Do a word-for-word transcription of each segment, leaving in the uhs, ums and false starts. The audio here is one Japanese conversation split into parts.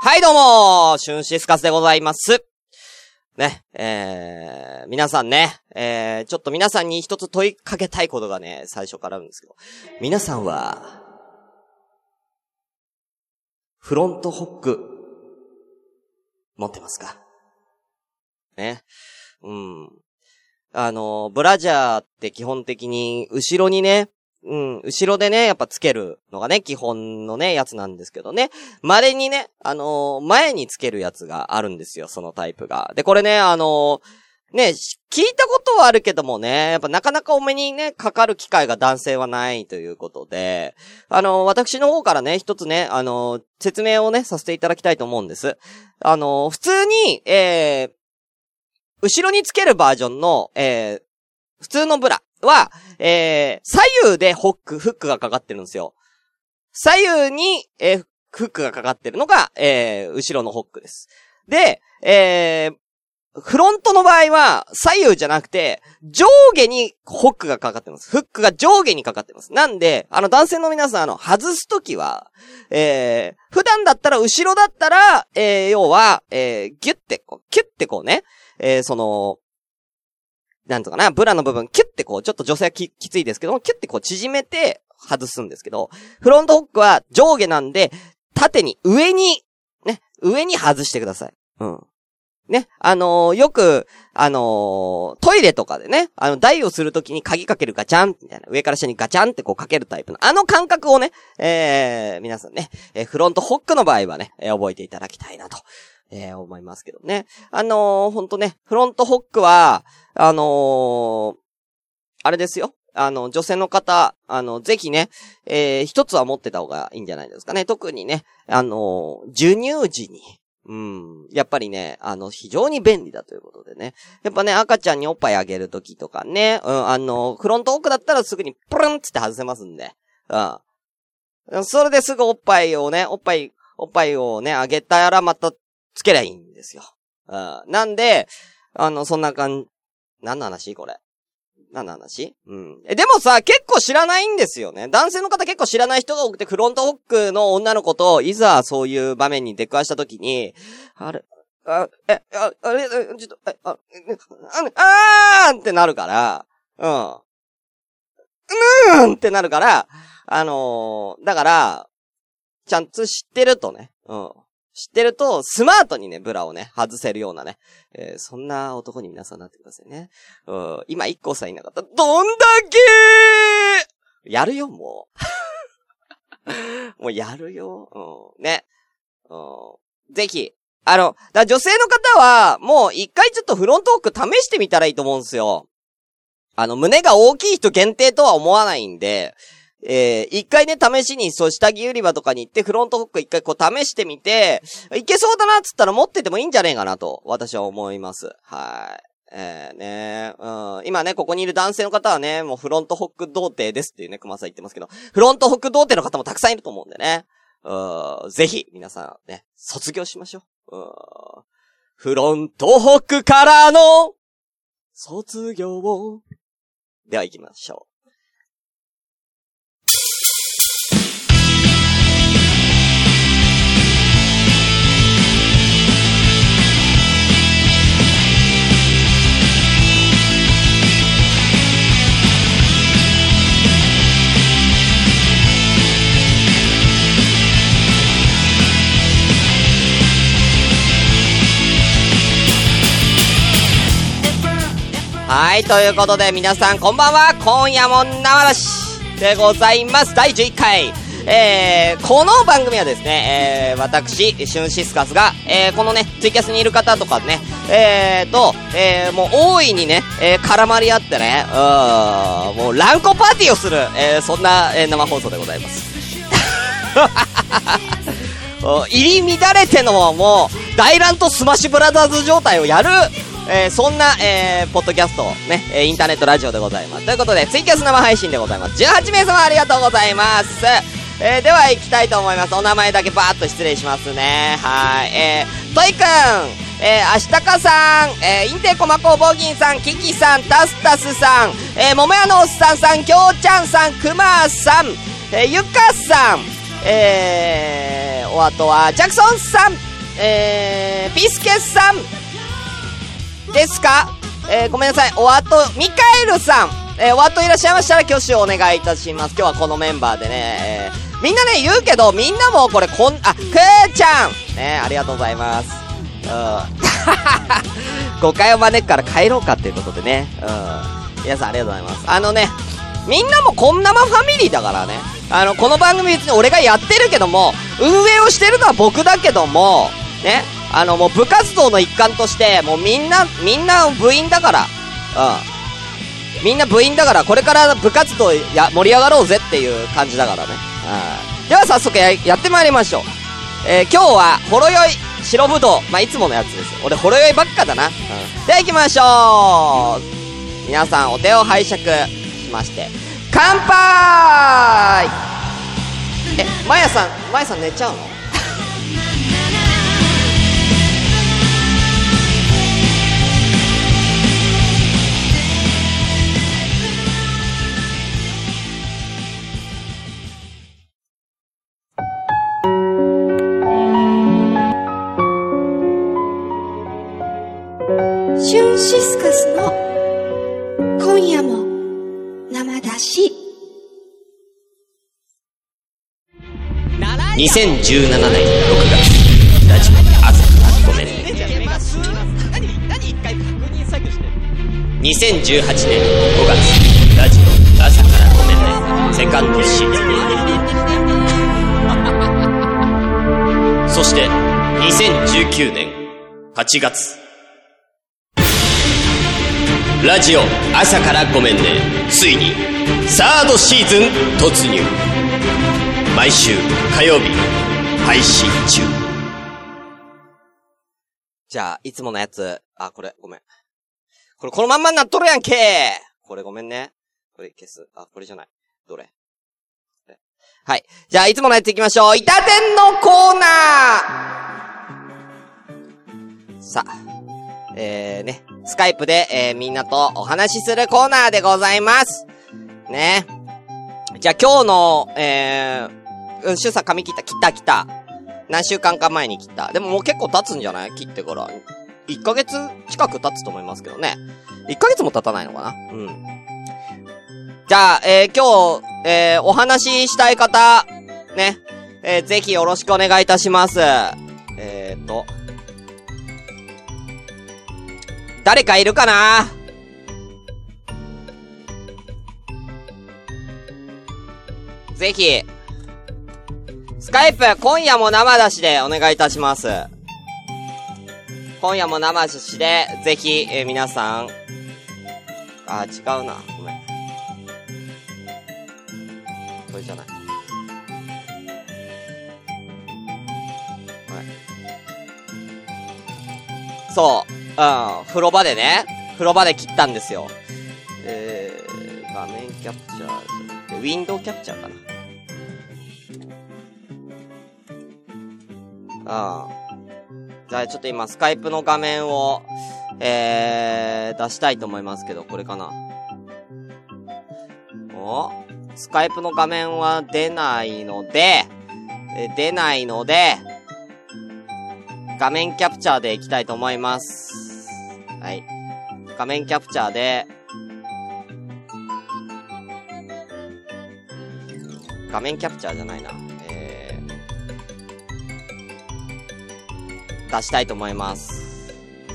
はいどうも、シュンシスカスでございます。ね、えー、皆さんね、えー、ちょっと皆さんに一つ問いかけたいことがね、最初からあるんですけど、皆さんは、フロントホック、持ってますか？ね。うん。あの、ブラジャーって基本的に、後ろにね、うん、後ろでね、やっぱつけるのがね、基本のね、やつなんですけどね。稀にね、あのー、前につけるやつがあるんですよ、そのタイプが。で、これね、あのー、ね、聞いたことはあるけどもね、やっぱなかなかお目にね、かかる機会が男性はないということで、あのー、私の方からね、一つね、あのー、説明をね、させていただきたいと思うんです。あのー、普通に、えー、後ろにつけるバージョンの、えー、普通のブラは、えー、左右でホック、フックがかかってるんですよ。左右に、えー、フックがかかってるのが、えー、後ろのホックです。で、えー、フロントの場合は、左右じゃなくて、上下にホックがかかってます。フックが上下にかかってます。なんで、あの男性の皆さん、あの、外すときは、えー、普段だったら、後ろだったら、えー、要は、えー、ギュッてこう、キュッてこうね、えー、その、なんとかな、ブラの部分、キュッてこう、ちょっと女性は き, きついですけども、キュッてこう縮めて外すんですけど、フロントホックは上下なんで、縦に、上に、ね、上に外してください。うん。ね、あのー、よく、あのー、トイレとかでね、あの、台をするときに鍵かけるガチャン、みたいな、上から下にガチャンってこうかけるタイプの、あの感覚をね、えー、皆さんね、えー、フロントホックの場合はね、えー、覚えていただきたいなと。えー、思いますけどね。あのー、ほんとね、フロントホックは、あのー、あれですよ。あの、女性の方、あの、ぜひね、えー、一つは持ってた方がいいんじゃないですかね。特にね、あのー、授乳時に、うん、やっぱりね、あの、非常に便利だということでね。やっぱね、赤ちゃんにおっぱいあげるときとかね、うん、あのー、フロントホックだったらすぐにプルンつって外せますんで、うん。それですぐおっぱいをね、おっぱい、おっぱいをね、あげたらまた、つけりゃいいんですよ。うん。なんで、あの、そんな感じ、何の話これ。何の話うん。え、でもさ、結構知らないんですよね。男性の方結構知らない人が多くて、フロントホックの女の子と、いざそういう場面に出くわしたときに、あれ、あ、え、あ、あれ、ちょっと、あ、あ、あ、あーってなるから、うん。うーんってなるから、あのー、だから、ちゃんと知ってるとね、うん。知ってると、スマートにね、ブラをね、外せるようなね、えー、そんな男に皆さんなってくださいね。うん、今、一個さんいなかった。どんだけやるよ、もう。もうやるよ。うん、ね。うん、ぜひ、あの、だ女性の方は、もう一回ちょっとフロントホック試してみたらいいと思うんですよ。あの、胸が大きい人限定とは思わないんで、えー、一回ね、試しに、そう、下着売り場とかに行って、フロントホック一回こう試してみて、いけそうだなっつったら持っててもいいんじゃねえかなと、私は思います。はい。えー、ねうん。今ね、ここにいる男性の方はね、もうフロントホック童貞ですっていうね、熊さん言ってますけど、フロントホック童貞の方もたくさんいると思うんでね。うん、ぜひ、皆さんね、卒業しましょう。うん。フロントホックからの、卒業を。では行きましょう。はい、ということで皆さんこんばんは。今夜も生出しでございます。だいじゅういっかい。えー、この番組はですね、えー、私、シュンシスカスが、えー、このね、ツイキャスにいる方とかね、えーと、えー、もう大いにね、えー、絡まり合ってね、うーん、もうランコパーティーをする、えー、そんな、えー、生放送でございます。入り乱れてのもう、大乱とスマッシュブラザーズ状態をやる、えー、そんな、えー、ポッドキャストね、えー、インターネットラジオでございます。ということで、ツイキャス生配信でございます。じゅうはちめいさまありがとうございます。えー、では行きたいと思います。お名前だけバーッと失礼しますね。はい。えー、トイくん、えー、アシタカさん、えー、インテコマコボギンさん、キキさん、タスタスさん、えー、桃屋のおっさんさん、きょうちゃんさん、くまさん、えー、ゆかさん、えー、おあとは、ジャクソンさん、 えー、ピスケさんですか？えー、ごめんなさい。お後、ミカエルさん。えー、お後いらっしゃいましたら挙手をお願いいたします。今日はこのメンバーでね、えー、みんなね、言うけど、みんなもこれこん、あ、くーちゃんね、ありがとうございます。うん。誤解を招くから帰ろうかっていうことでね。うん。皆さんありがとうございます。あのね、みんなもこんなまファミリーだからね。あの、この番組別に俺がやってるけども、運営をしてるのは僕だけども、ね、あのもう部活動の一環として、もうみんな、みんな部員だから、うん。みんな部員だから、これから部活動や、盛り上がろうぜっていう感じだからね。うん。では早速や、やってまいりましょう。えー、今日は、ほろ酔い、白ぶどう。まあ、いつものやつです。俺、ほろ酔いばっかだな。うん。では行きましょう。皆さん、お手を拝借しまして、乾杯。え、まやさん、まやさん寝ちゃうの？ シュンシスカスの今夜も生出し。 にせんじゅうななねんろくがつ、ラジオ朝からごめんね。にせんじゅうはちねんごがつ、ラジオ朝からごめんね、セカンドシーズン。そしてにせんじゅうきゅうねんはちがつ、ラジオ朝からごめんね、ついにサードシーズン突入。毎週火曜日配信中。 じゃあ、いつものやつ。あ、これ、ごめん。これこのまんまになっとるやんけ。これごめんね。これ消す。あ、これじゃない。どれ？はい。じゃあ、いつものやついきましょう。イタ電のコーナー。さあ。えーね。スカイプで、えー、みんなとお話しするコーナーでございます。ね。じゃあ今日の、えー、うん、シュウさん髪切った、切った切った。何週間か前に切った。でももう結構経つんじゃない？切ってから。いっかげつ近く経つと思いますけどね。いっかげつも経たないのかな？うん。じゃあ、えー、今日、えー、お話ししたい方、ね。えー、ぜひよろしくお願いいたします。えーと。誰かいるかな？ぜひ、スカイプ、今夜も生出しでお願いいたします。今夜も生出しで、ぜひ、えー、皆さん、あ、違うな。ごめん。これじゃない。はい。そう。うん。風呂場でね。風呂場で切ったんですよ。えー、画面キャプチャーじゃなくて、ウィンドウキャプチャーかな。ああ。じゃあちょっと今スカイプの画面を、えー、出したいと思いますけど、これかな。お？スカイプの画面は出ないので、えー、出ないので、画面キャプチャーでいきたいと思います。はい。画面キャプチャーで、画面キャプチャーじゃないな。えー、出したいと思います。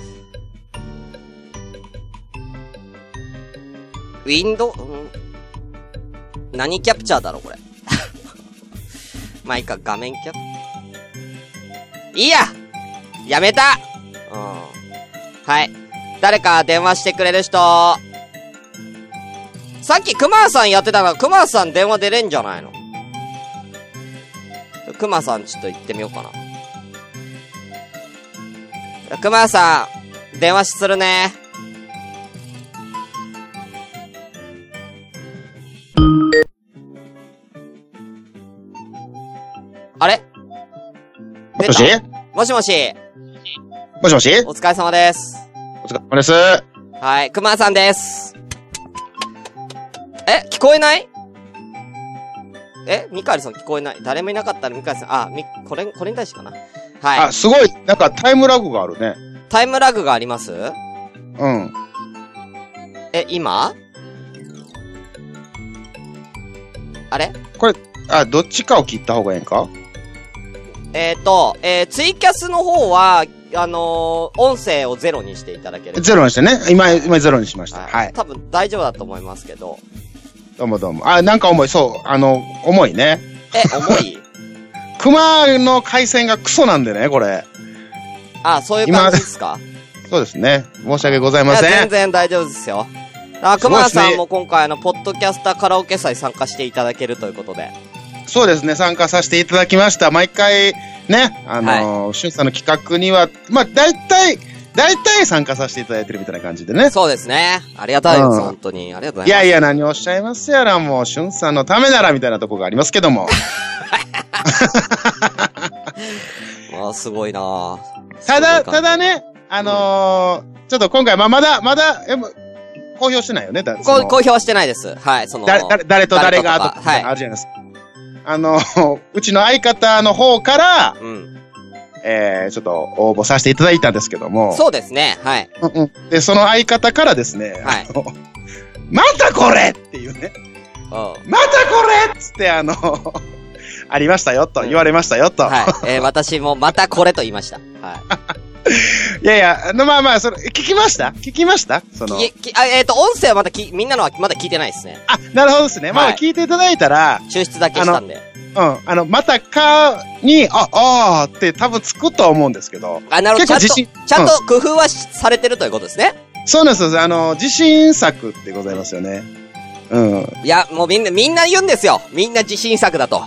ウィンドウ、うん、何キャプチャーだろこれ。まあいいか、画面キャプ、いいややめた。うん。はい。誰か電話してくれる人。さっきクマさんやってたから、クマさん電話出れんじゃないの？クマさんちょっと行ってみようかな。クマさん、電話するね。あれ？ もしもし？ もしもし。 もしもし？ お疲れ様です。 お疲れ様です。 はい、熊さんです。え、聞こえない？え、ミカエルさん聞こえない。誰もいなかったらミカエルさん、あ、み、これ、これに対してかな。 はい。 あ、すごい、なんかタイムラグがあるね。 タイムラグがあります？ うん。 え、今？あれ？ これ、あ、どっちかを切った方がいいんか？ えっ、ー、と、えー、ツイキャスの方は、あのー、音声をゼロにしていただければ。 ゼロにしてね。今、今ゼロにしました。はい。はい、 多分大丈夫だと思いますけど。 どうもどうも。あ、なんか重い。そう。あの、重いね。 え、重い？ 熊の回線がクソなんでね、これ。 あ、そういう感じですか？ そうですね。申し訳ございません。 いや、全然大丈夫ですよ。あ、熊さんも今回あの、ポッドキャスターカラオケ祭参加していただけるということで。 そうですね。参加させていただきました。毎回、ね、あのー、しゅんさんの企画には、まあ、大体、大体参加させていただいてるみたいな感じでね。 そうですね。ありがたいです、うん、本当に。ありがとうございます。 いやいや、何をおっしゃいますやら、もう、しゅんさんのためなら、みたいなところがありますけども。 まあ、すごいなぁ。 ただ、ただね、あのーうん、ちょっと今回、まあ、まだ、まだ、え、公表してないよね、だ公表はしてないです。はい、その。 だ、だ、誰と誰が、とか、はい。あるじゃないですか。あの、うちの相方の方から、うん。えー、ちょっと応募させていただいたんですけども。 そうですね、はい。 うんうん。で、その相方からですね、はい。またこれっていうね。うん。またこれっつって、あの、ありましたよと、言われましたよと。 はい。えー、私もまたこれと言いました。はい。 いやいや、まあまあ、それ、聞きました聞きましたその。 き、き、あ、えっ、ー、と、音声はまだき、みんなのはまだ聞いてないですね。 あ、なるほどですね。まあ、聞いていただいたら。 抽出だけしたんで。 うん。あの、またかに、あ、あーって多分つくとは思うんですけど。 あ、なるほど。ちゃんと、ちゃんと工夫はされてるということですね。 そうなんですよ。あの、自信作でございますよね。うん。 いや、もうみんな、みんな言うんですよ。みんな自信作だと。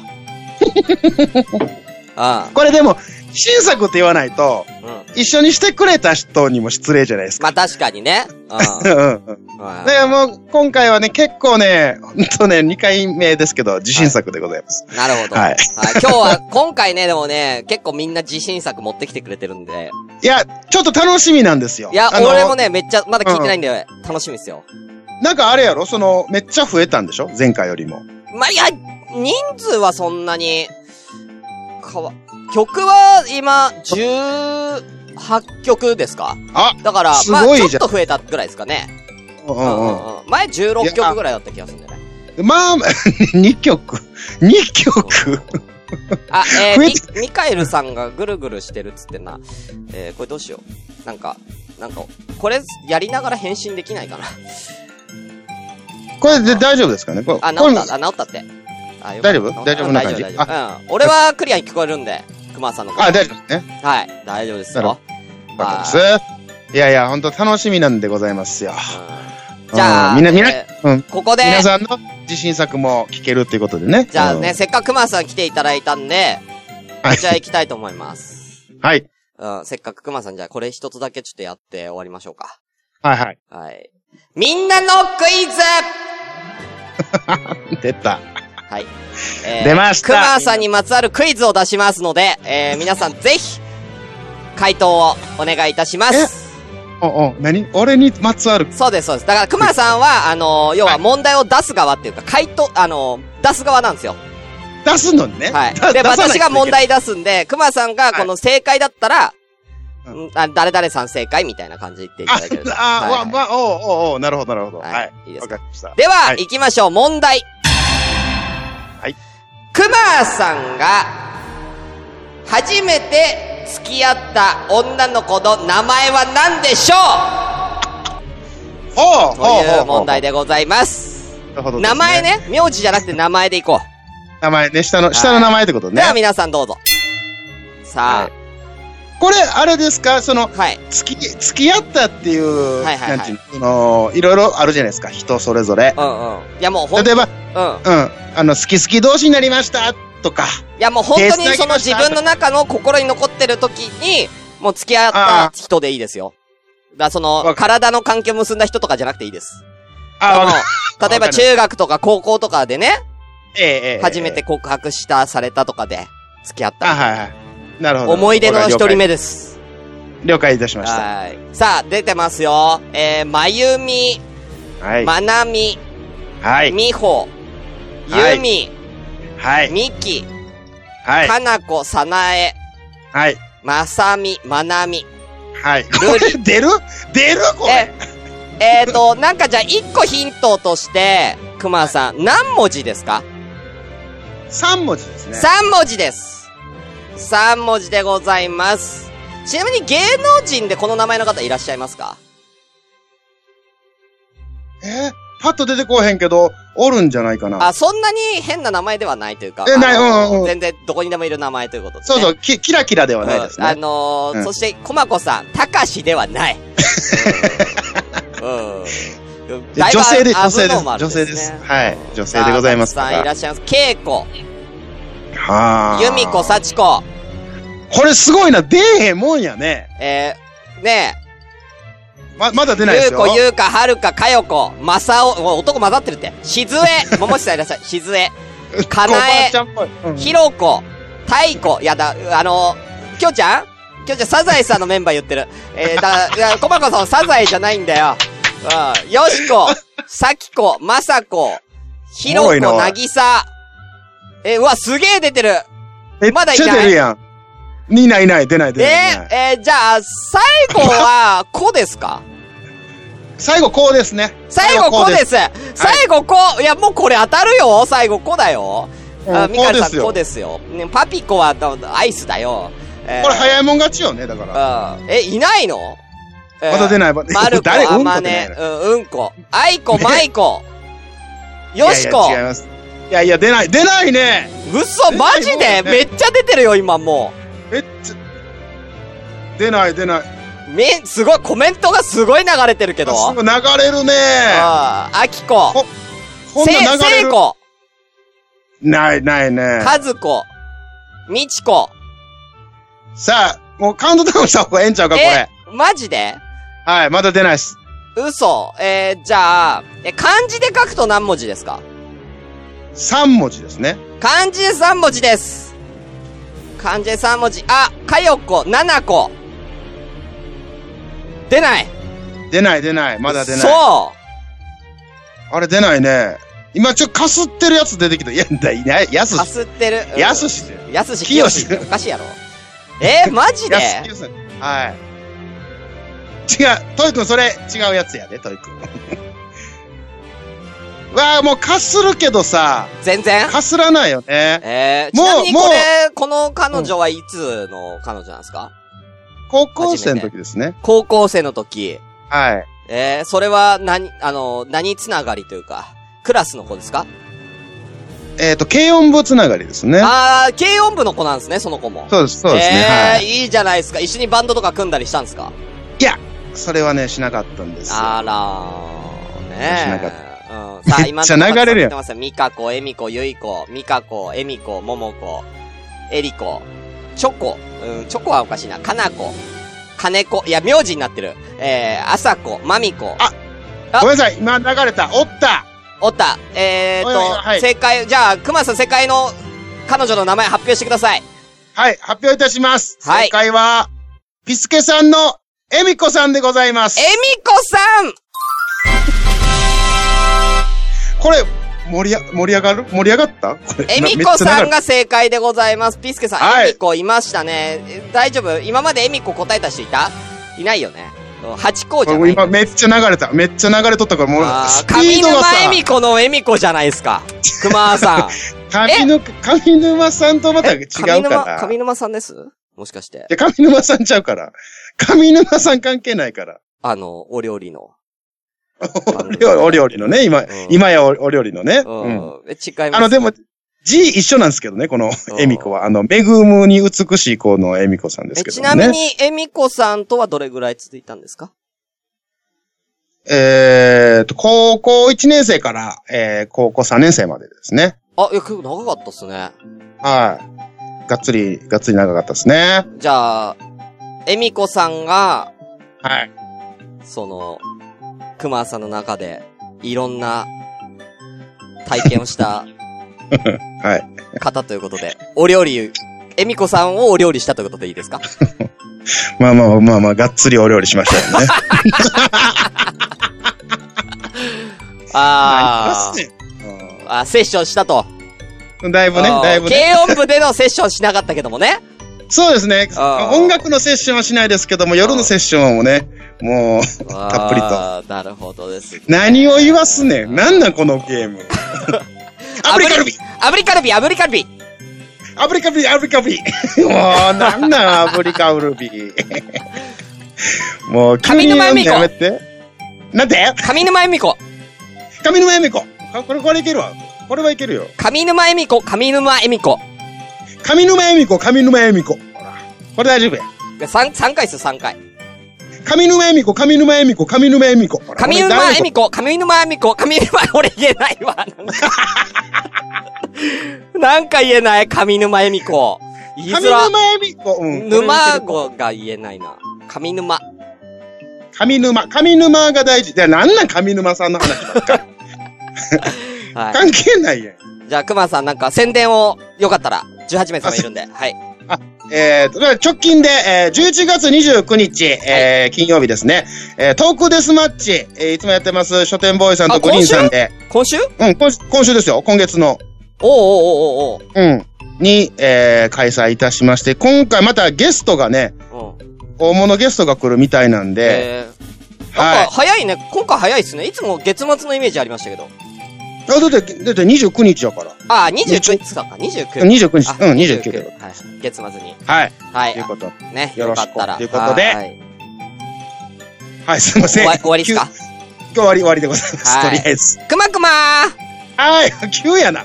ああこれでも、新作って言わないと、うん、一緒にしてくれた人にも失礼じゃないですか。 まあ確かにね。 うんうん。で、もう、今回はね、結構ね、ほんとね、にかいめですけど、自信作でございます。 はい、なるほど。はい。はい、今日は、今回ね、でもね、結構みんな自信作持ってきてくれてるんで。 いや、ちょっと楽しみなんですよ。 いや、俺もね、めっちゃ、まだ聞いてないんで、うん、楽しみですよ。 なんかあれやろその、めっちゃ増えたんでしょ前回よりも。 まあ、いや、人数はそんなに、かわ、曲は今、じゅうはちきょくですか？あ、だから、まあちょっと増えたぐらいですかね。うんうんうん。前じゅうろっきょくぐらいだった気がするんだよね。 まあ、にきょく。にきょく。 あ、えー、ミ、ミカエルさんがぐるぐるしてるっつってな。えー、これどうしよう。なんか、なんか、これやりながら返信できないかな。 これで大丈夫ですかねこれあ、治った、あ、治ったって。 あ、大丈夫大丈夫な感じ？ 大丈夫、大丈夫。うん。俺はクリアに聞こえるんで、熊さんの声。 あ、大丈夫ですね。 はい。大丈夫ですよ。 わかります。いやいや、ほんと楽しみなんでございますよ。 うん、じゃあ、 みんな、みんな、うん。 ここで、 皆さんの自信作も聞けるっていうことでね。 じゃあね、うん、せっかく熊さん来ていただいたんで、はい、じゃあ行きたいと思います。 はい。 うん、せっかく熊さんじゃあこれ一つだけちょっとやって終わりましょうか。 はいはい。 はい。みんなのクイズ出た。 はい。えー、 出ました。 熊さんにまつわるクイズを出しますので、えー、皆さんぜひ、回答をお願いいたします。 おお、何俺にまつわる。 そうです、そうです。だから、熊さんは、あのー、要は問題を出す側っていうか、回答、あのー、出す側なんですよ。 出すのにね。 はい。で、私が問題出すんで、熊さんがこの正解だったら、はい、んあ誰々さん正解みたいな感じで言っていただけると。 あ、あ、はい、まあ、おおおおなるほど、なるほど。はい。はい、 いいですか。 わかりました。 では、はい、行きましょう、問題。 はい。 熊さんが、初めて付き合った女の子の名前は何でしょう？ ほうという問題でございます。なるほど。名前ね、名字じゃなくて名前でいこう。 名前ね、下の、下の名前ってことね。 では皆さんどうぞ。さあ。はい、 これ、あれですかその、 はい。 付き、付き合ったっていう、 はいはいはい。 なんていうの、その、いろいろあるじゃないですか、人それぞれ。 うんうん。いやもうほんと例えば、 うん。 うん。あの、好き好き同士になりましたとか。 いやもう本当にその自分の中の心に残ってる時に、もう付き合った人でいいですよ。だからその、体の関係を結んだ人とかじゃなくていいです。 ああ、例えば中学とか高校とかでね、 ええ、 初めて告白した、されたとかで、付き合った。 あ、はいはい。なるほど。 思い出の一人目です。 了解いたしました。 はい。さあ、出てますよ。えー、まゆみ、 はい。 まなみ、 はい。 みほ、ゆみ、 はい。 みき、 はい。 かなこ、さなえ、 はい。 まさみ、まなみ。 はい。これ出る出るこれ。 え、えーと、なんかじゃあ一個ヒントとして、熊さん、何文字ですか？ 三文字ですね。 三文字です。三文字でございます。ちなみに芸能人でこの名前の方いらっしゃいますか？ えー、パッと出てこうへんけど、おるんじゃないかな。 あ、そんなに変な名前ではないというか。 え、ない、うんうん。 全然どこにでもいる名前ということで、ね。 そうそう、キキラキラではないですね。 うん、あのーうん、そして、コマコさん、たかしではない。うん。うん女性で、女性です。女性です。はい。女性でございますから。 さんいらっしゃいます。けいこ。 はぁ。 ゆみこ、さちこ。 これすごいな、出えへんもんやね。 えー、ねえ。ま、まだ出ないですよ。 ゆうこ、ゆうか、はるか、かよこ、まさお、男混ざってるって。しずえ、ももしさんいらっしゃい。しずえ。かなえ、ひろこ、たいこ、やだ、あの、きょうちゃんきょうちゃん、サザエさんのメンバー言ってる。えー、だ、いや、こまこさんサザエじゃないんだよ。うん。よしこ、さきこ、まさこ、ひろこ、なぎさ。え、うわ、すげえ出てる。まだいない。 めっちゃ出るやん。いないいない、出ない出ない。 えー、えー、じゃあ、最後は、こですか？ 最後、こうですね。 最後、こです。最後、こう。いや、もうこれ当たるよ。最後、こだよ。あ、みかりさん、こですよ。ね、パピコは、アイスだよ。 えー、これ、早いもん勝ちよね、だから。 うん。え、いないの？ まだ出ない。まるこ、あまね、うん、うんこ。あいこ、まいこ。よしこ。 いやいや、違います。いやいや、出ない、出ないね。 嘘、マジでめっちゃ出てるよ、今もう。めっちゃ。出ない、出ない。 め、すごい、コメントがすごい流れてるけど。 流れるね。 ああ、あきこ。 ほ、ほんと流れる。 せいこ。 ない、ないね。 かずこ。みちこ。 さあ、もうカウントダウンした方がええんちゃうか、これ。 マジで？ はい、まだ出ないっす。 嘘。えー、じゃあ、え、漢字で書くと何文字ですか？ 三文字ですね。 漢字で三文字です。漢字で三文字。あ、かよこ、ななこ。出ない。 出ない、出ない。まだ出ない。 そう。 あれ出ないね。今ちょっとかすってるやつ出てきた。いや、だ、いない、やすし。 かすってる。 やすしで。 やすし、きよし。おかしいやろ。えー、マジで？ やすきよし。はい。違う。トイくん、それ、違うやつやで、トイくん。わあ、もうかするけどさ。 全然かすらないよね。 えー、ちなみにこれ、この彼女はいつの彼女なんですか？ 高校生の時ですね。 高校生の時。 はい。 えー、それは何、あの、何つながりというか、クラスの子ですか？ えっと、軽音部つながりですね。 あー、軽音部の子なんですね、その子も。 そうです、そうですね。 えー、 はい。 いいじゃないですか。一緒にバンドとか組んだりしたんですか？ いや、それはね、しなかったんですよ。 あらー、ねしなかった。 うん。さあ、今のところ流れるやん。 みかこ、えみこ、ゆいこ、みかこ、えみこ、ももこ、えりこ、チョコ、うん、チョコはおかしいな。かなこ、かねこ、いや、名字になってる。えー、あさこ、まみこ。 あ、あごめんなさい、今流れた。おったおった。えーと、 はい、 正解、じゃあ、熊さん正解の彼女の名前発表してください。 はい、発表いたします。 はい。 正解は、ピスケさんのえみこさんでございます。 えみこさんこれ、盛りあ、盛り上がる盛り上がったこれ。 えみこさんが正解でございます。ピスケさん、はい、えみこいましたね。大丈夫？今までえみこ答えた人いた？いないよね。はちこじゃない。 今めっちゃ流れた。めっちゃ流れとったからもう、スピードがさ。 上沼えみこのえみこじゃないですか。熊さん。 上沼、上沼さんとまた違うから。上沼、上沼さんです？もしかして。 いや、上沼さんちゃうから。上沼さん関係ないから。 あの、お料理の。 お料理のね、今、うん、今やお料理のね。 うん。え、違います。 あの、でも、字一緒なんですけどね、このえみこは。あの、恵むに美しい子のえみこさんですけどね。 ちなみに、えみこさんとはどれぐらい続いたんですか？ えーと、高校いちねん生から、えー、高校さんねん生までですね。 あ、いや、結構長かったっすね。 はい。がっつり、がっつり長かったですね。 じゃあ、えみこさんが、 はい。 その、熊さんの中で、いろんな体験をした、 はい。 方ということで、お料理、えみこさんをお料理したということでいいですか？ まあまあまあまあ、がっつりお料理しましたよね。 ああ。あ、セッションしたと。 だいぶね、だいぶね。 軽音部でのセッションしなかったけどもね。 そうですね。音楽のセッションはしないですけども、夜のセッションもね、もう、たっぷりと。 なるほどですね。 何を言わすねん。なんなんこのゲーム。炙りカルビ炙りカルビ炙りカルビ炙りカルビ炙りカルビもう、なんなん炙りカルビもう、 上沼恵美子やめて。なんで上沼恵美子上沼恵美子これ、これいけるわ。これはいけるよ。 上沼恵美子上沼恵美子上沼恵美子上沼恵美子。これ大丈夫や。 三、三回っす、三回。 上沼恵美子上沼恵美子上沼恵美子。 上沼恵美子上沼恵美子上沼、俺言えないわ。なんか言えない上沼恵美子。言いづら。 上沼恵美子。うん。 沼語が言えないな。上沼。 上沼。上沼が大事。じゃあなんなん上沼さんの話ばっかり。はい、関係ないやん。 じゃあ、熊さんなんか宣伝をよかったら、じゅうはちめいさんがいるんで。はい。 あ、えーと、直近で、えー、じゅういちがつにじゅうくにち、えー、はい、金曜日ですね。えー、トークデスマッチ、えー、いつもやってます、書店ボーイさんとグリーンさんで。 今週？ うん、今週、今週ですよ。今月の。 おうおうおうおう。 うん。に、えー、開催いたしまして、今回またゲストがね、うん、大物ゲストが来るみたいなんで。 えー、なんか早いね。今回早いっすね。いつも月末のイメージありましたけど。 あ、だって、だってにじゅうくにちだから。 ああ、にじゅうくにちか。にじゅうく。 にじゅうくにち。うん、にじゅうく。はい。 月末に。 はい。 はい。 ということ。 ね。 よろしく。 よかったら。 ということで。はい。はい、すいません。 終わりっすか？ 今日終わり、終わりでございます。とりあえず。 くまくまーはい、急やな。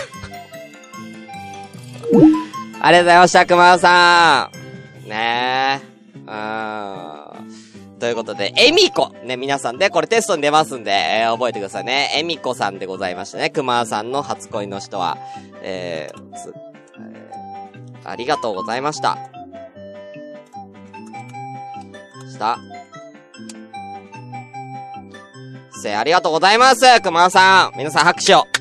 ありがとうございました、熊さん。ねえ。うーん。ということで、えみこ。ね、皆さんで、これテストに出ますんで、えー、覚えてくださいね。えみこさんでございましたね。熊さんの初恋の人は。えー、つ、えー、ありがとうございました。した。せ、ありがとうございます、熊さん。皆さん拍手を。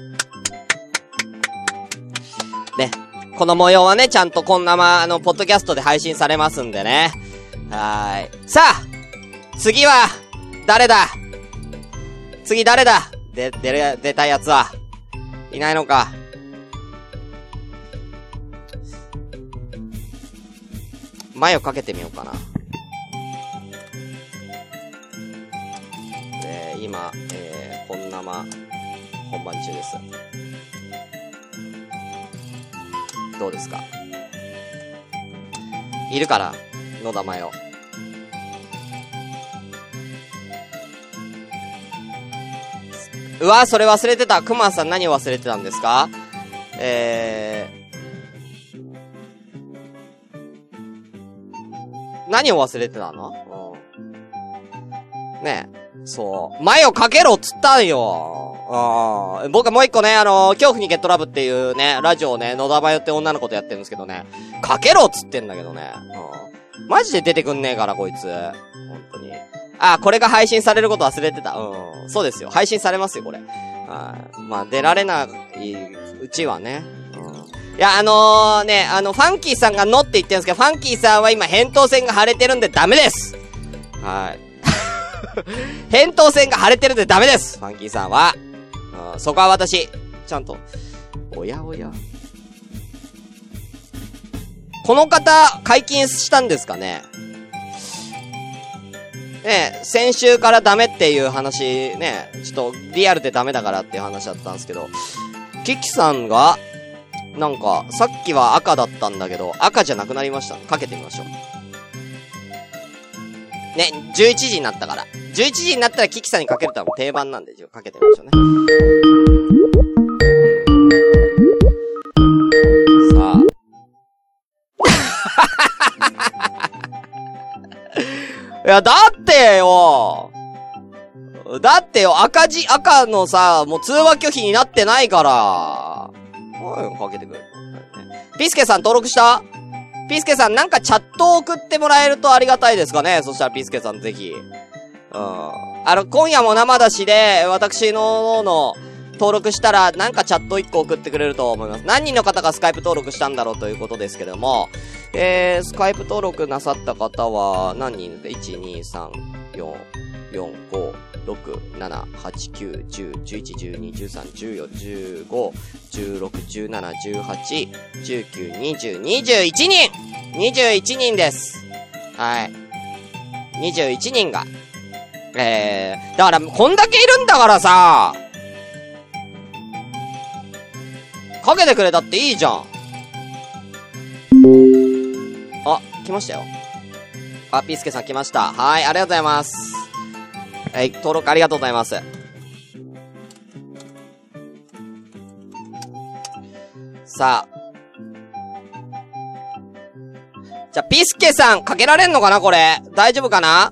ね。この模様はね、ちゃんとこんなま、あの、ポッドキャストで配信されますんでね。はーい。さあ次は、誰だ次誰だで、出る、出たやつは。いないのか。前をかけてみようかな。えー、今、えー、こんなま、本番中です。どうですか？いるから、野田真代。うわ、それ忘れてた。熊さん何を忘れてたんですか？えー、何を忘れてたの？うん、ねえ。そう。前をかけろっつったんよ。あ僕はもう一個ね、あのー、恐怖にゲットラブっていうね、ラジオをね、野田真代って女の子とやってるんですけどね、かけろっつってんだけどね。うん、マジで出てくんねえから、こいつ。本当に。あ、これが配信されること忘れてた。うん。そうですよ。配信されますよ、これ。はい。まあ、出られないうちはね。うん。いや、あのー、ね、あの、ファンキーさんがのって言ってるんですけど、ファンキーさんは今、扁桃腺が腫れてるんでダメです。はい。扁桃腺が腫れてるんでダメです。ファンキーさんは。うん、そこは私、ちゃんと。おやおや。この方、解禁したんですかね？ねえ、先週からダメっていう話ね、ちょっとリアルでダメだからっていう話だったんですけど、キキさんが、なんか、さっきは赤だったんだけど、赤じゃなくなりました。かけてみましょう。ね、じゅういちじになったから。じゅういちじになったらキキさんにかけるとはもう定番なんで、かけてみましょうね。さあ。いや、だってよだってよ、赤字、赤のさ、もう通話拒否になってないから。はい、かけてくれる。ピスケさん登録した？ピスケさんなんかチャットを送ってもらえるとありがたいですかね。そしたらピスケさんぜひ。うん。あの、今夜も生出しで、私のの登録したら、なんかチャットいっこ送ってくれると思います。何人の方がスカイプ登録したんだろうということですけども、えー、スカイプ登録なさった方は、何人で ?いち、に、さん、よん、よん、ご、ろく、なな、はち、きゅう、じゅう、じゅういち、じゅうに、じゅうさん、じゅうよん、じゅうご、じゅうろく、じゅうなな、じゅうはち、じゅうきゅう、にじゅう、にじゅういちにんにじゅういちにんです。はい。にじゅういちにんが。えー、だから、こんだけいるんだからさ、かけてくれたっていいじゃん。あ、来ましたよ。あ、ピースケさん来ました。はい、ありがとうございます。はい、登録ありがとうございます。さあ。じゃあ、ピースケさん、かけられんのかなこれ。大丈夫かな？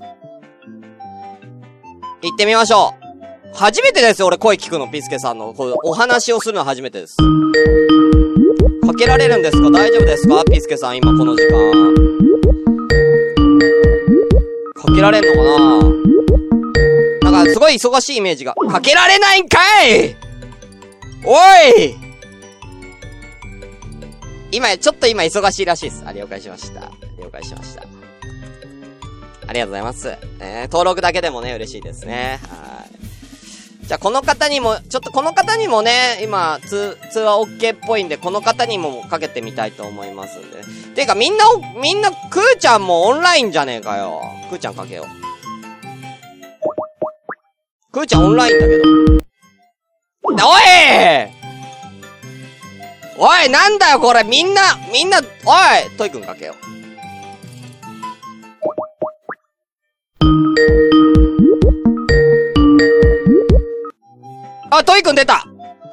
行ってみましょう。初めてですよ、俺声聞くの、ピースケさんの。こうお話をするのは初めてです。かけられるんですか？大丈夫ですか？ピースケさん、今この時間。かけられんのかな？なんか、すごい忙しいイメージが。かけられないんかい！おい！今、ちょっと今忙しいらしいです。あ、了解しました。了解しました。ありがとうございます。えー、登録だけでもね、嬉しいですね。はい。じゃあ、この方にも、ちょっとこの方にもね、今、通、通話 OK っぽいんで、この方にもかけてみたいと思いますんで。てか、みんな、みんな、くーちゃんもオンラインじゃねえかよ。くーちゃんかけよう。くーちゃんオンラインだけど。おいおい、なんだよこれ、みんな、みんな、おい、トイくんかけよう。あ、トイくん出た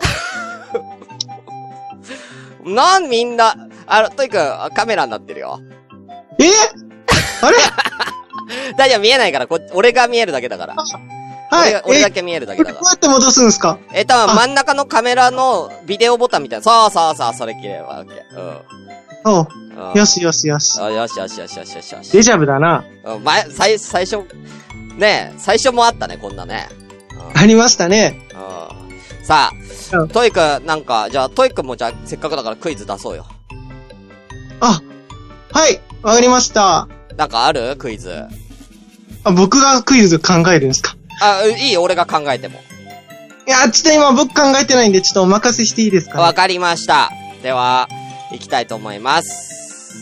なん、みんな、あの、トイくん、カメラになってるよ。 えあれ大丈夫、見えないから、こ、俺が見えるだけだから。はい。俺, 俺だけ見えるだけだから。 こうやって戻すんですか？ え、多分真ん中のカメラのビデオボタンみたいな。そうそうそう、それ切れば、オッケー。うん。 おう。うん、よしよしよし。 あ、よしよしよしよしよしよし。 デジャブだな。 うん、前、最、最初、ねえ、最初もあったね、こんなね。 うん、ありましたね。 うん。さあ、うん、トイくん、なんか、じゃあ、トイくんもじゃあ、せっかくだからクイズ出そうよ。 あ、はい、わかりました。 なんかある？クイズ。 あ、僕がクイズ考えるんですか？ あ、いい？俺が考えても。 いや、ちょっと今僕考えてないんで、ちょっとお任せしていいですか、ね？ わかりました。では、行きたいと思います。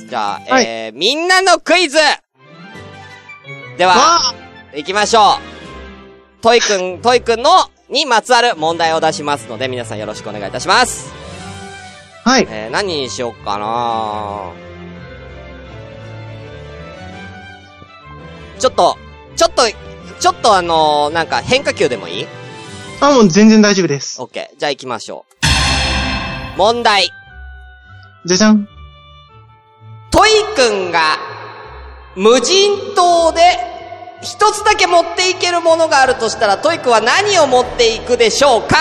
じゃあ、はい、えー、みんなのクイズでは、行きましょう。トイくん、トイくんの、にまつわる問題を出しますので、皆さんよろしくお願いいたします。 はい。 えー、何にしようかなちょっと、ちょっと、ちょっとあのー、なんか変化球でもいい？ あ、もう全然大丈夫です。 オッケー。じゃあ行きましょう。問題。 じゃじゃん。 トイくんが、無人島で、一つだけ持っていけるものがあるとしたら、トイくんは何を持っていくでしょうか？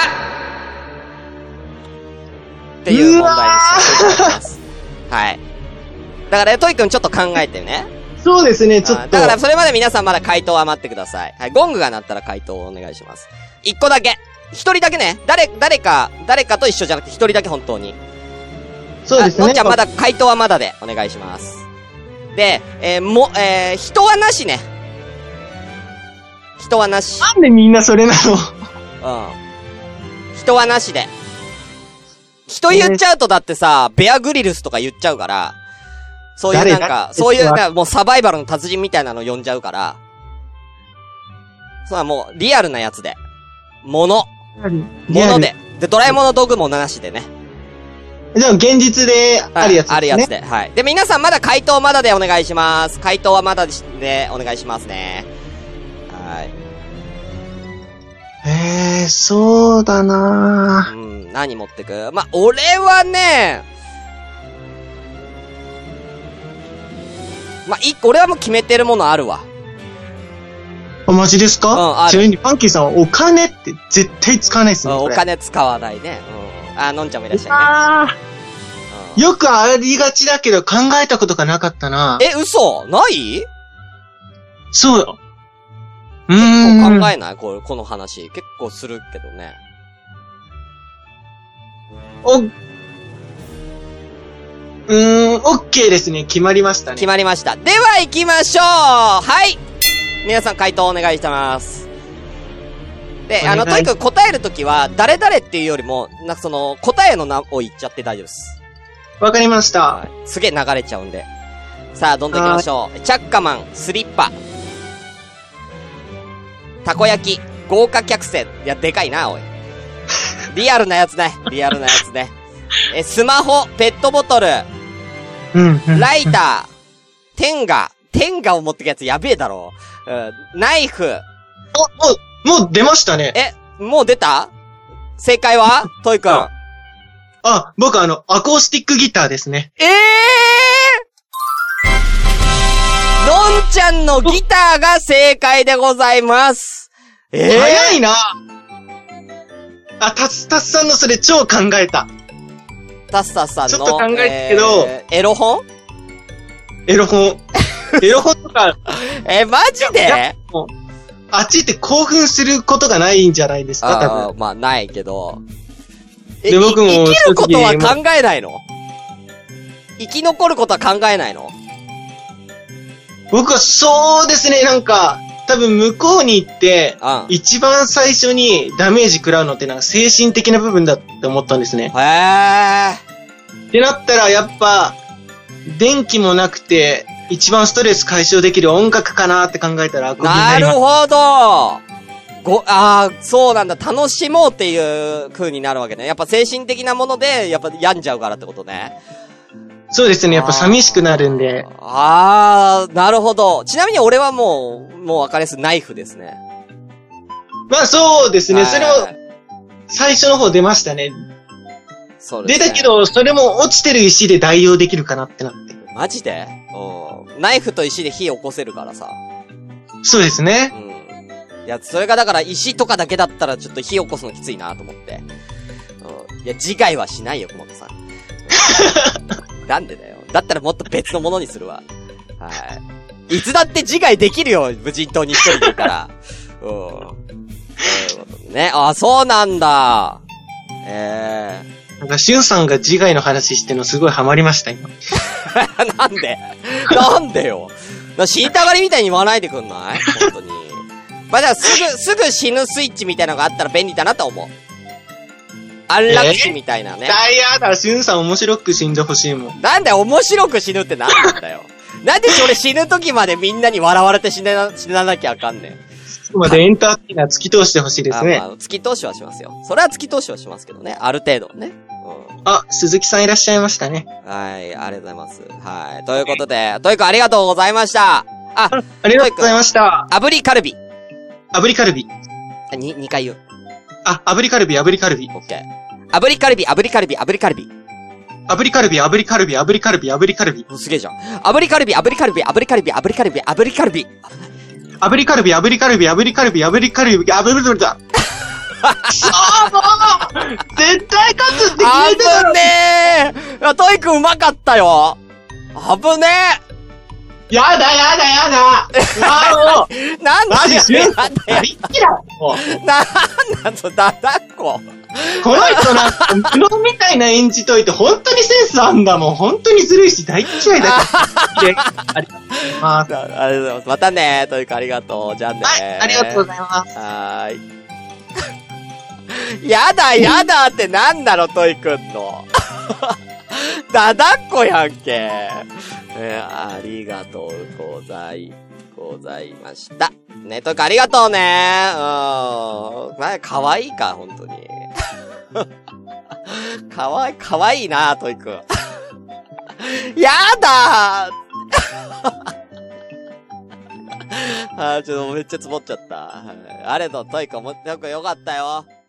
っていう問題にさせていただきます。はい。だから、トイくんちょっと考えてね。 そうですね、ちょっと。 だからそれまで皆さんまだ回答は待ってください。はい、ゴングが鳴ったら回答をお願いします。一個だけ。一人だけね。誰、誰か、誰かと一緒じゃなくて一人だけ本当に。 そうですね。 のんちゃんまだ、回答はまだでお願いします。で、えー、も、えー、人はなしね。人はなし。 なんでみんなそれなの？ うん。人はなしで。人言っちゃうとだってさ、ベアグリルスとか言っちゃうから、そういうなんか、そういうな、もうサバイバルの達人みたいなの呼んじゃうから、そうはもうリアルなやつで。もの。もので。で、ドラえもんの道具もなしでね。 じゃあ現実であるやつですね。 あるやつで。はい。で、皆さんまだ回答まだでお願いします。回答はまだでお願いしますね。はい。 えー、そうだなぁ。 うん、何持ってく？まあ、俺はね、まあ、一個、俺はもう決めてるものあるわ。 あ、マジですか？ うん、ある。 ちなみにパンキーさんはお金って絶対使わないですね。 お金使わないね。うん。あ、のんちゃんもいらっしゃいね。 あー、うん。よくありがちだけど考えたことがなかったな。 え、嘘？ない？ そうよ。うーん。 結構考えない？これ、この話。結構するけどね。 お、うーん、オッケーですね。決まりましたね。 決まりました。では行きましょう。はい。皆さん回答お願いします。で、あの、とにかく答えるときは、誰々っていうよりも、なんかその、答えの名を言っちゃって大丈夫です。 わかりました。 はい、すげえ流れちゃうんで。 さあ、どんどん行きましょう。チャッカマン、スリッパ。たこ焼き、豪華客船。いや、でかいな、おい。リアルなやつね。リアルなやつね。え、スマホ、ペットボトル。 うん、うん。 ライター、テンガ。テンガを持ってくやつやべえだろ。うん、ナイフ。 お、もう、もう出ましたね。 え、もう出た？正解はトイくん。 あ、僕あの、アコースティックギターですね。 ええー、のんちゃんのギターが正解でございます。えー、 早いな。あ、タスタスさんのそれ超考えた。 タスタスさんの。 ちょっと考えたけど、 えー、エロ本エロ本。エロ本とか。 え、マジであっちって興奮することがないんじゃないですか、多分。 まあ、ないけど。 で、僕も、 生きることは考えないの？生き残ることは考えないの？ 僕はそうですね、なんか、多分向こうに行って、 うん、 一番最初にダメージ食らうのってなんか精神的な部分だって思ったんですね。 へー。 ってなったら、やっぱ、電気もなくて、一番ストレス解消できる音楽かなって考えたら、 なるほど。ご、ああ、そうなんだ。楽しもうっていう風になるわけね。やっぱ精神的なもので、やっぱ病んじゃうからってことね。 そうですね。やっぱ寂しくなるんで。 ああ、なるほど。ちなみに俺はもう、もう分かりやすいナイフですね。 まあそうですね。それを、最初の方出ましたね。 そうですね。 出たけど、それも落ちてる石で代用できるかなってなって。 マジで？うん。ナイフと石で火起こせるからさ。 そうですね。 うん。いや、それがだから石とかだけだったらちょっと火起こすのきついなと思って。うん。いや、自害はしないよ、熊本さん。うん、なんでだよ。だったらもっと別のものにするわ。はい。いつだって自害できるよ、無人島に一人でいたら。うん。そういうことね。あ、そうなんだ。ええー。 なんか、しゅんさんが自害の話してるのすごいハマりました、今。 なんでなんでよ。死にたがりみたいに言わないでくんない本当に。まあ、じゃあすぐ、すぐ死ぬスイッチみたいなのがあったら便利だなと思う。安楽死みたいなね。 いやいやだ、しゅんさん面白く死んでほしいもん。 なんで面白く死ぬってなんなんだよ。なんで俺死ぬ時までみんなに笑われて死ねな、死ななきゃあかんねん。 そこまでエンターテイナー突き通してほしいですね。 あ、まあ、突き通しはしますよ。それは突き通しはしますけどね。ある程度ね。 うん、あ、鈴木さんいらっしゃいましたね。 はい、ありがとうございます。はい。ということで、トイくんありがとうございました。あ、 ありがとうございました。 炙りカルビ。 炙りカルビ。 に、二回言う。 あ、炙りカルビ、炙りカルビ。 オッケー。炙りカルビ、炙りカルビ、炙りカルビ。 炙りカルビ、炙りカルビ、炙りカルビ、炙りカルビ。 すげえじゃん。炙りカルビ、炙りカルビ、炙りカルビ、炙りカルビ、炙りカルビ。 炙りカルビ、炙りカルビ、炙りカルビ、炙りカルビ、炙りカルビだ。そうもう絶対勝つって聞いてたの。 危ねえ。トイくんうまかったよ。危ねえ。やだやだやだ。あの。なんでマジしゅんさん大好きだ。もう。なんなんとだだっこ。 この人なんか、布みたいな演じといて本当にセンスあんだもん。本当にずるいし大嫌いだから。ありがとうございます。 ありがとうございます。またね。トイくんありがとう。じゃあね。 はい、ありがとうございます。 はーい。やだやだってなんだろ、トイくんの。だだっこやんけ。えー、ありがとうござい、ございました。ね、トイくんありがとうね。うん。まあ、かわいいか、ほんとに。かわいい、かわいいな、トイくん。やだーあー、ちょっとめっちゃ積もっちゃった。はい、ありがとう、トイくんも、よくよかったよ。